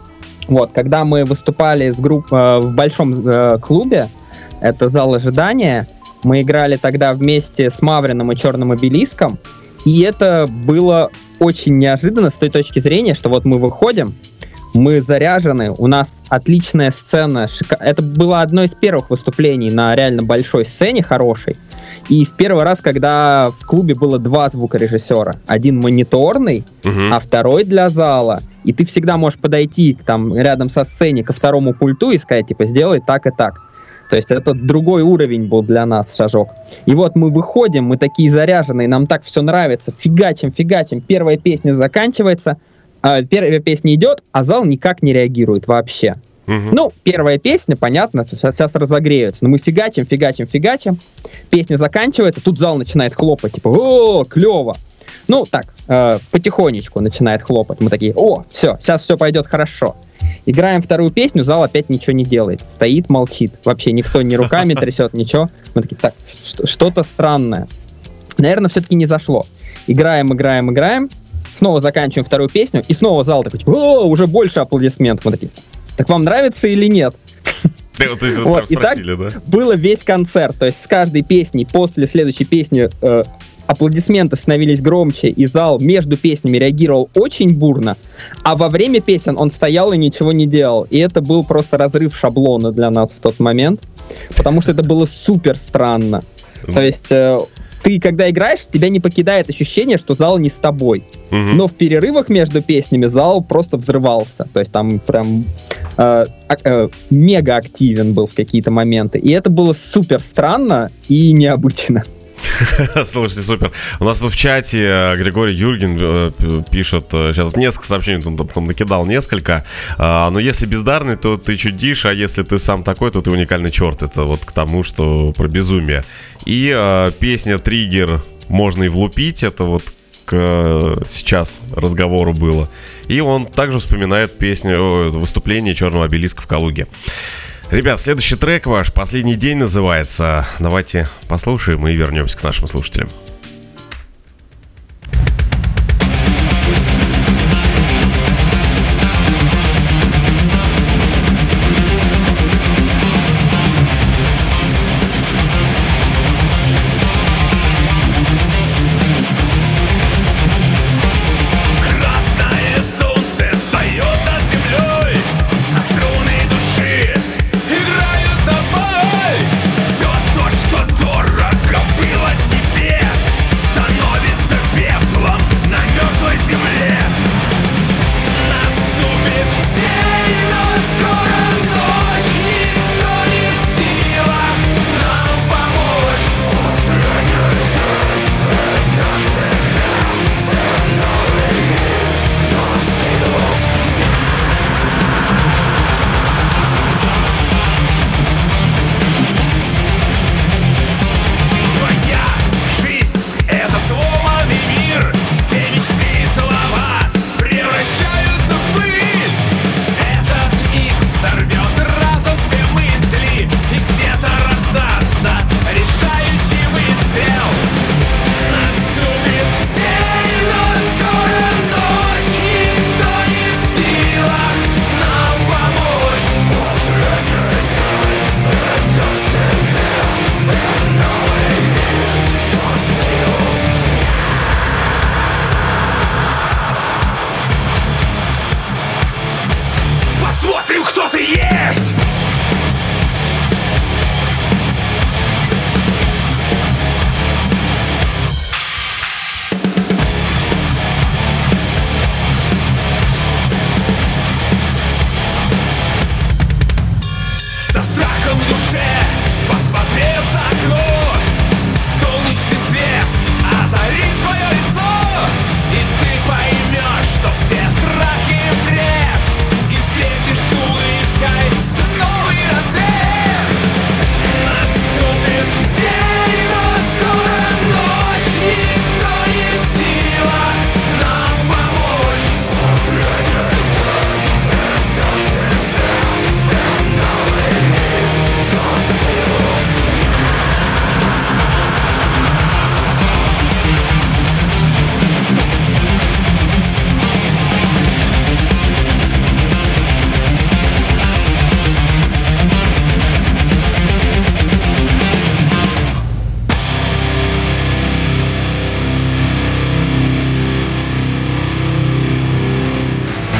Вот, когда мы выступали с групп, э, в большом э, клубе, это зал ожидания, мы играли тогда вместе с Мавриным и Черным Обелиском, и это было очень неожиданно с той точки зрения, что вот мы выходим, мы заряжены, у нас отличная сцена, шика... это было одно из первых выступлений на реально большой сцене, хорошей, и в первый раз, когда в клубе было два звукорежиссера, один мониторный, Мгм. а второй для зала, и ты всегда можешь подойти там рядом со сценой ко второму пульту и сказать, типа, сделай так и так. То есть это другой уровень был для нас шажок. И вот мы выходим, мы такие заряженные, нам так все нравится, фигачим, фигачим, первая песня заканчивается, а, первая песня идет, а зал никак не реагирует вообще. Мгм. Ну, первая песня, понятно, сейчас, сейчас разогреются, но мы фигачим, фигачим, фигачим, песня заканчивается, тут зал начинает хлопать, типа, о, клево. Ну, так, э, потихонечку начинает хлопать, мы такие, о, все, сейчас все пойдет хорошо. Играем вторую песню, зал опять ничего не делает, стоит, молчит, вообще никто ни руками трясет, ничего. Мы такие, так, что- что-то странное. Наверное, все-таки не зашло. Играем, играем, играем, снова заканчиваем вторую песню, и снова зал такой, типа, о, уже больше аплодисментов. Мы такие, так вам нравится или нет? Да, вот, то есть, Вот, прям и так- спросили, да? Было весь концерт, то есть с каждой песней, после следующей песни э, аплодисменты становились громче, и зал между песнями реагировал очень бурно, а во время песен он стоял и ничего не делал. И это был просто разрыв шаблона для нас в тот момент, потому что это было супер странно. То есть э, ты, когда играешь, тебя не покидает ощущение, что зал не с тобой. Мгм. Но в перерывах между песнями зал просто взрывался. То есть там прям э, ак- э, мега активен был в какие-то моменты. И это было супер странно и необычно. Слушайте, супер. У нас тут в чате э, Григорий Юрген э, п- пишет, э, сейчас вот несколько сообщений, он, там накидал несколько. А, но если бездарный, то ты чудишь, а если ты сам такой, то ты уникальный черт. Это вот к тому, что про безумие. И э, песня «Триггер» можно и влупить, это вот к э, сейчас разговору было. И он также вспоминает песню, о, выступление Черного Обелиска в Калуге. Ребят, следующий трек ваш, «Последний день» называется. Давайте послушаем и вернемся к нашим слушателям. Красное солнце встает над землей, а струны души играют тобой. Все то, что дорого было тебе,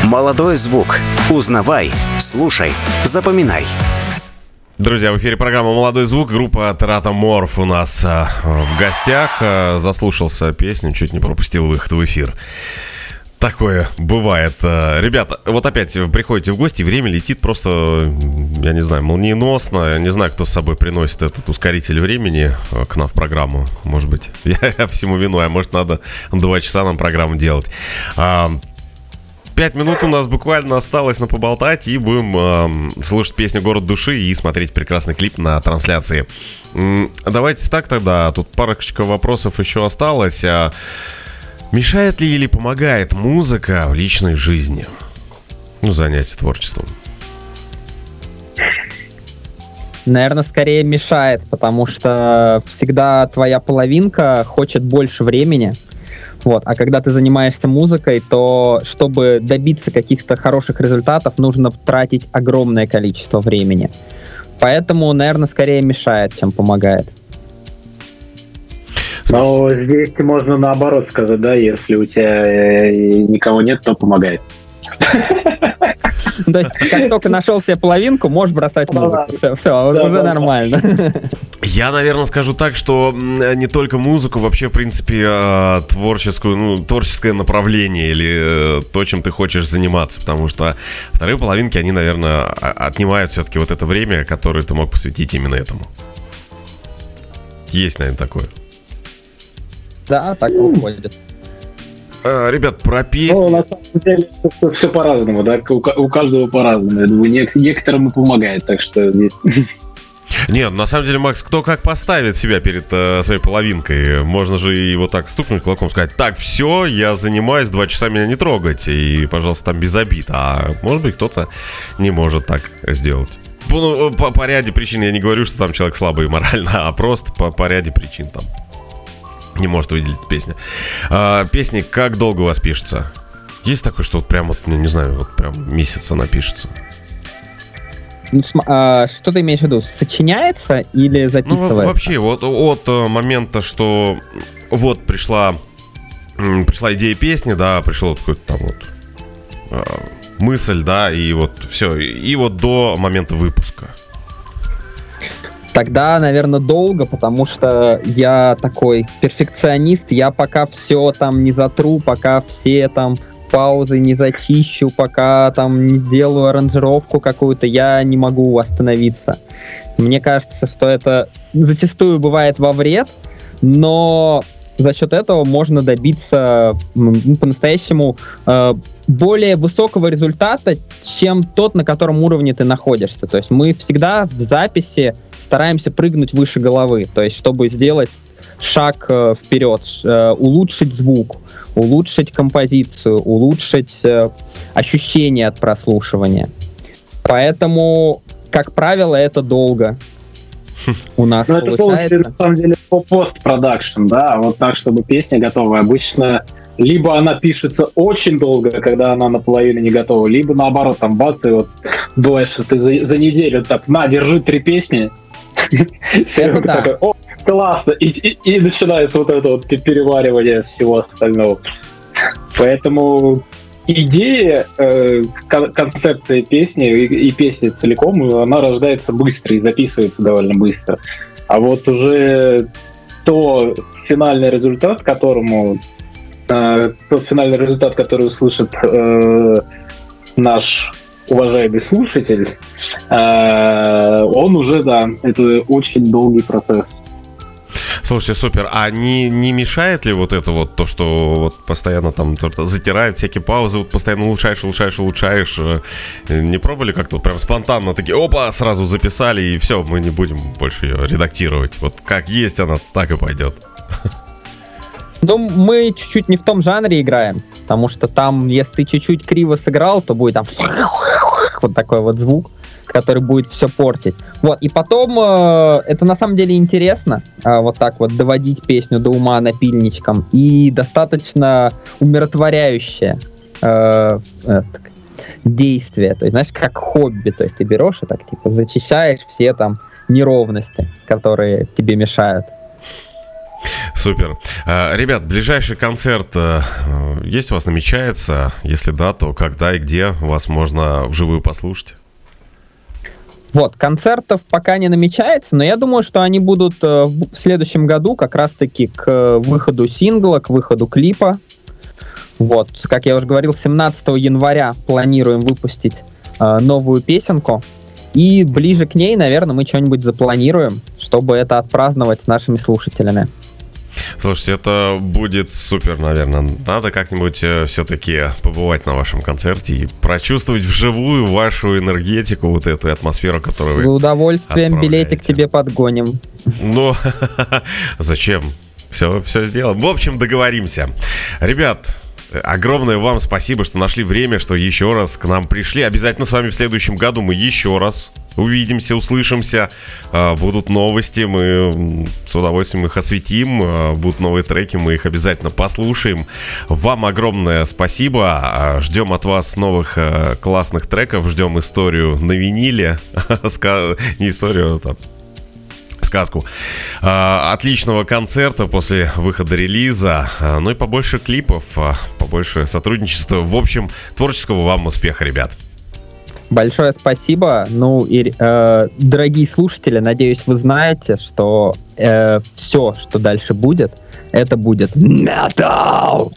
Молодой звук. Узнавай, слушай, запоминай. Друзья, в эфире программа «Молодой звук». Группа Тератоморф у нас а, в гостях. А, заслушался песню, чуть не пропустил выход в эфир. Такое бывает. Ребята, вот опять приходите в гости, время летит просто, я не знаю, молниеносно. Я не знаю, кто с собой приносит этот ускоритель времени к нам в программу. Может быть, я всему виной, а может, надо два часа нам программу делать. Пять минут у нас буквально осталось на поболтать, и будем э, слушать песню «Город души» и смотреть прекрасный клип на трансляции. М- давайте так тогда, тут парочка вопросов еще осталось. А мешает ли или помогает музыка в личной жизни? Ну, занятие творчеством. Наверное, скорее мешает, потому что всегда твоя половинка хочет больше времени. Вот. А когда ты занимаешься музыкой, то чтобы добиться каких-то хороших результатов, нужно тратить огромное количество времени. Поэтому, наверное, скорее мешает, чем помогает. Но здесь можно наоборот сказать, да, если у тебя никого нет, то помогает. То есть, как только нашел себе половинку, можешь бросать музыку. Все, все, да, уже да, нормально. Я, наверное, скажу так, что не только музыку, вообще, в принципе, творческую, ну, творческое направление или то, чем ты хочешь заниматься, потому что вторые половинки, они, наверное, отнимают все-таки вот это время, которое ты мог посвятить именно этому. Есть, наверное, такое. Да, так выходит. А, ребят, про песни. Ну, на самом деле, все, все по-разному, да, у, у каждого по-разному. Я думаю, нек- некоторым и помогает, так что... Нет, на самом деле, Макс, кто как поставит себя перед э, своей половинкой. Можно же и вот так стукнуть кулаком, сказать: так, все, я занимаюсь, два часа меня не трогать, и, пожалуйста, там без обид. А может быть, кто-то не может так сделать. Ну, по, по ряде причин, я не говорю, что там человек слабый морально, а просто по, по ряде причин там не может выделить песня. А, песни как долго у вас пишется? Есть такое, что вот прям вот, не, не знаю, вот прям месяц она пишется? Ну, см- а, что ты имеешь в виду? Сочиняется или записывается? Ну, вообще, вот от момента, что вот пришла, пришла идея песни, да, пришла вот какой-то там вот э, мысль, да, и вот все, и вот до момента выпуска. Тогда, наверное, долго, потому что я такой перфекционист, я пока все там не затру, пока все там паузы не зачищу, пока там не сделаю аранжировку какую-то, я не могу остановиться. Мне кажется, что это зачастую бывает во вред, но за счет этого можно добиться ну, по-настоящему э, более высокого результата, чем тот, на котором уровне ты находишься. То есть мы всегда в записи стараемся прыгнуть выше головы, то есть чтобы сделать шаг э, вперед, э, улучшить звук, улучшить композицию, улучшить э, ощущение от прослушивания. Поэтому, как правило, это долго у нас ну, получается. Это на самом деле постпродакшн, да, вот так, чтобы песня готова. Обычно либо она пишется очень долго, когда она наполовину не готова, либо наоборот, там бац, и вот думаешь, что ты за, за неделю так, на, держи три песни. Это да. Такой, о, классно, и, и, и начинается вот это вот переваривание всего остального. Поэтому идея, э, кон- концепция песни и, и песни целиком, она рождается быстро и записывается довольно быстро. А вот уже то финальный результат, которому э, тот финальный результат, который услышит э, наш уважаемый слушатель, э, он уже, да, это очень долгий процесс. Слушайте, супер. А не, не мешает ли вот это вот то, что вот постоянно там затирают всякие паузы, вот постоянно улучшаешь, улучшаешь, улучшаешь? Не пробовали как-то вот прям спонтанно такие, опа, сразу записали, и все, мы не будем больше ее редактировать. Вот как есть она, так и пойдет. Ну, мы чуть-чуть не в том жанре играем, потому что там, если ты чуть-чуть криво сыграл, то будет там вот такой вот звук, который будет все портить. Вот, и потом э, это на самом деле интересно, э, вот так вот доводить песню до ума напильничком, и достаточно умиротворяющее э, э, так, действие, то есть, знаешь, как хобби, то есть ты берешь и так, типа, зачищаешь все там неровности, которые тебе мешают. Супер. А, ребят, ближайший концерт а, есть у вас, намечается? Если да, то когда и где вас можно вживую послушать? Вот, концертов пока не намечается, но я думаю, что они будут э, в следующем году как раз-таки к э, выходу сингла, к выходу клипа. Вот, как я уже говорил, семнадцатого января планируем выпустить э, новую песенку. И ближе к ней, наверное, мы что-нибудь запланируем, чтобы это отпраздновать с нашими слушателями. Слушайте, это будет супер, наверное. Надо как-нибудь э, все-таки побывать на вашем концерте и прочувствовать вживую вашу энергетику, вот эту атмосферу, которую С вы удовольствием отправляете. билетик тебе подгоним. Ну, зачем? Все, все сделаем. В общем, договоримся. Ребят, огромное вам спасибо, что нашли время, что еще раз к нам пришли. Обязательно с вами в следующем году мы еще раз увидимся, услышимся. Будут новости, мы с удовольствием их осветим. Будут новые треки, мы их обязательно послушаем. Вам огромное спасибо. Ждем от вас новых классных треков. Ждем историю на виниле. Не историю, а там сказку. А, отличного концерта после выхода релиза. А, ну и побольше клипов, а, побольше сотрудничества. В общем, творческого вам успеха, ребят. Большое спасибо. Ну и, э, дорогие слушатели, надеюсь, вы знаете, что э, все, что дальше будет, это будет метал!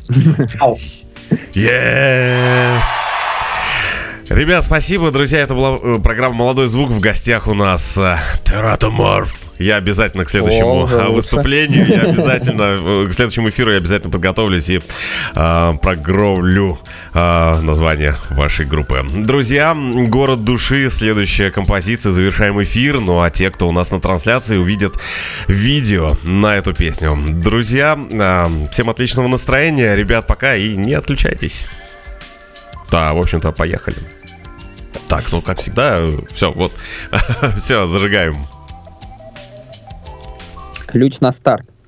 Yeah! Ребят, спасибо, друзья. Это была э, программа «Молодой звук». В гостях у нас э, Тератоморф. Я обязательно к следующему О, э, выступлению, я обязательно э, к следующему эфиру я обязательно подготовлюсь и э, прогровлю э, название вашей группы. Друзья, «Город души», следующая композиция, завершаем эфир. Ну а те, кто у нас на трансляции, увидят видео на эту песню. Друзья, э, всем отличного настроения. Ребят, пока и не отключайтесь. Да, в общем-то, поехали. Так, ну, как всегда, все, вот, все, зажигаем. Ключ на старт.